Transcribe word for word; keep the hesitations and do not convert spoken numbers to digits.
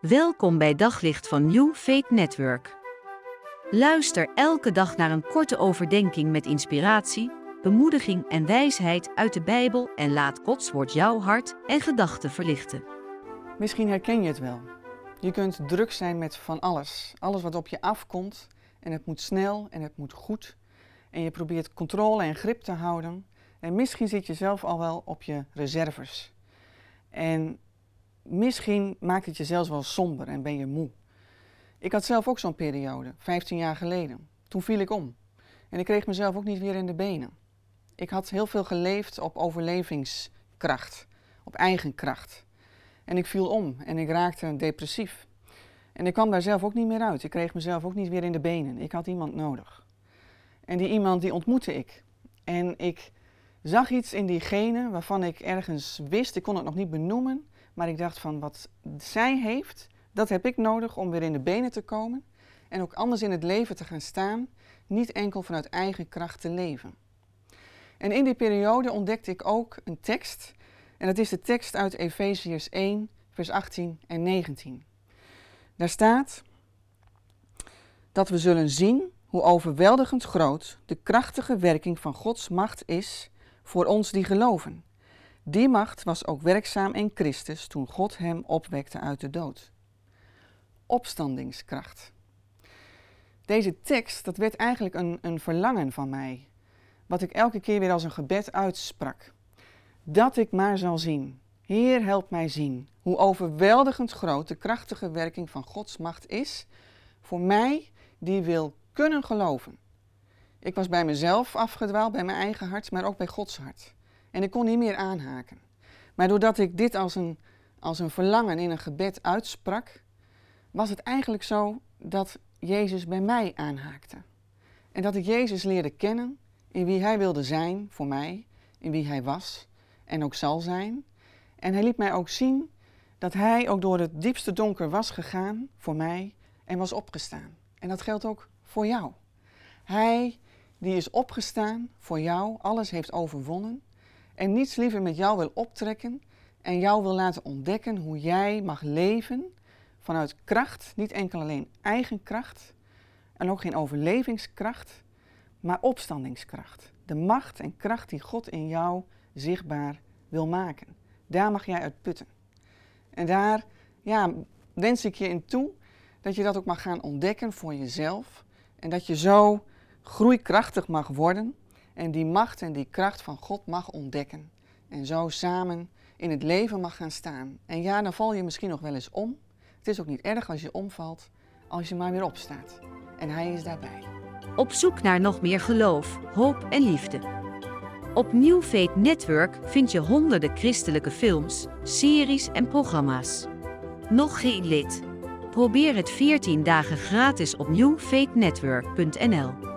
Welkom bij Daglicht van New Faith Network. Luister elke dag naar een korte overdenking met inspiratie, bemoediging en wijsheid uit de Bijbel en laat Gods woord jouw hart en gedachten verlichten. Misschien herken je het wel. Je kunt druk zijn met van alles. Alles wat op je afkomt en het moet snel en het moet goed. En je probeert controle en grip te houden. En misschien zit je zelf al wel op je reserves. En misschien maakt het je zelfs wel somber en ben je moe. Ik had zelf ook zo'n periode, vijftien jaar geleden. Toen viel ik om. En ik kreeg mezelf ook niet weer in de benen. Ik had heel veel geleefd op overlevingskracht, op eigen kracht. En ik viel om en ik raakte depressief. En ik kwam daar zelf ook niet meer uit. Ik kreeg mezelf ook niet weer in de benen. Ik had iemand nodig. En die iemand die ontmoette ik. En ik zag iets in diegene waarvan ik ergens wist, ik kon het nog niet benoemen, maar ik dacht van wat zij heeft, dat heb ik nodig om weer in de benen te komen en ook anders in het leven te gaan staan, niet enkel vanuit eigen kracht te leven. En in die periode ontdekte ik ook een tekst, en dat is de tekst uit Efeziërs één, vers achttien en negentien. Daar staat dat we zullen zien hoe overweldigend groot de krachtige werking van Gods macht is voor ons die geloven. Die macht was ook werkzaam in Christus toen God hem opwekte uit de dood. Opstandingskracht. Deze tekst, dat werd eigenlijk een, een verlangen van mij, wat ik elke keer weer als een gebed uitsprak. Dat ik maar zal zien, Heer help mij zien, hoe overweldigend groot de krachtige werking van Gods macht is voor mij die wil kunnen geloven. Ik was bij mezelf afgedwaald, bij mijn eigen hart, maar ook bij Gods hart. En ik kon niet meer aanhaken. Maar doordat ik dit als een, als een verlangen in een gebed uitsprak, was het eigenlijk zo dat Jezus bij mij aanhaakte. En dat ik Jezus leerde kennen in wie Hij wilde zijn voor mij, in wie Hij was en ook zal zijn. En Hij liet mij ook zien dat Hij ook door het diepste donker was gegaan voor mij en was opgestaan. En dat geldt ook voor jou. Hij die is opgestaan voor jou, alles heeft overwonnen en niets liever met jou wil optrekken en jou wil laten ontdekken hoe jij mag leven vanuit kracht, niet enkel alleen eigen kracht en ook geen overlevingskracht, maar opstandingskracht. De macht en kracht die God in jou zichtbaar wil maken. Daar mag jij uit putten. En daar ja, wens ik je in toe dat je dat ook mag gaan ontdekken voor jezelf en dat je zo groeikrachtig mag worden en die macht en die kracht van God mag ontdekken. En zo samen in het leven mag gaan staan. En ja, dan val je misschien nog wel eens om. Het is ook niet erg als je omvalt, als je maar weer opstaat. En Hij is daarbij. Op zoek naar nog meer geloof, hoop en liefde. Op New Faith Network vind je honderden christelijke films, series en programma's. Nog geen lid? Probeer het veertien dagen gratis op new faith network punt n l.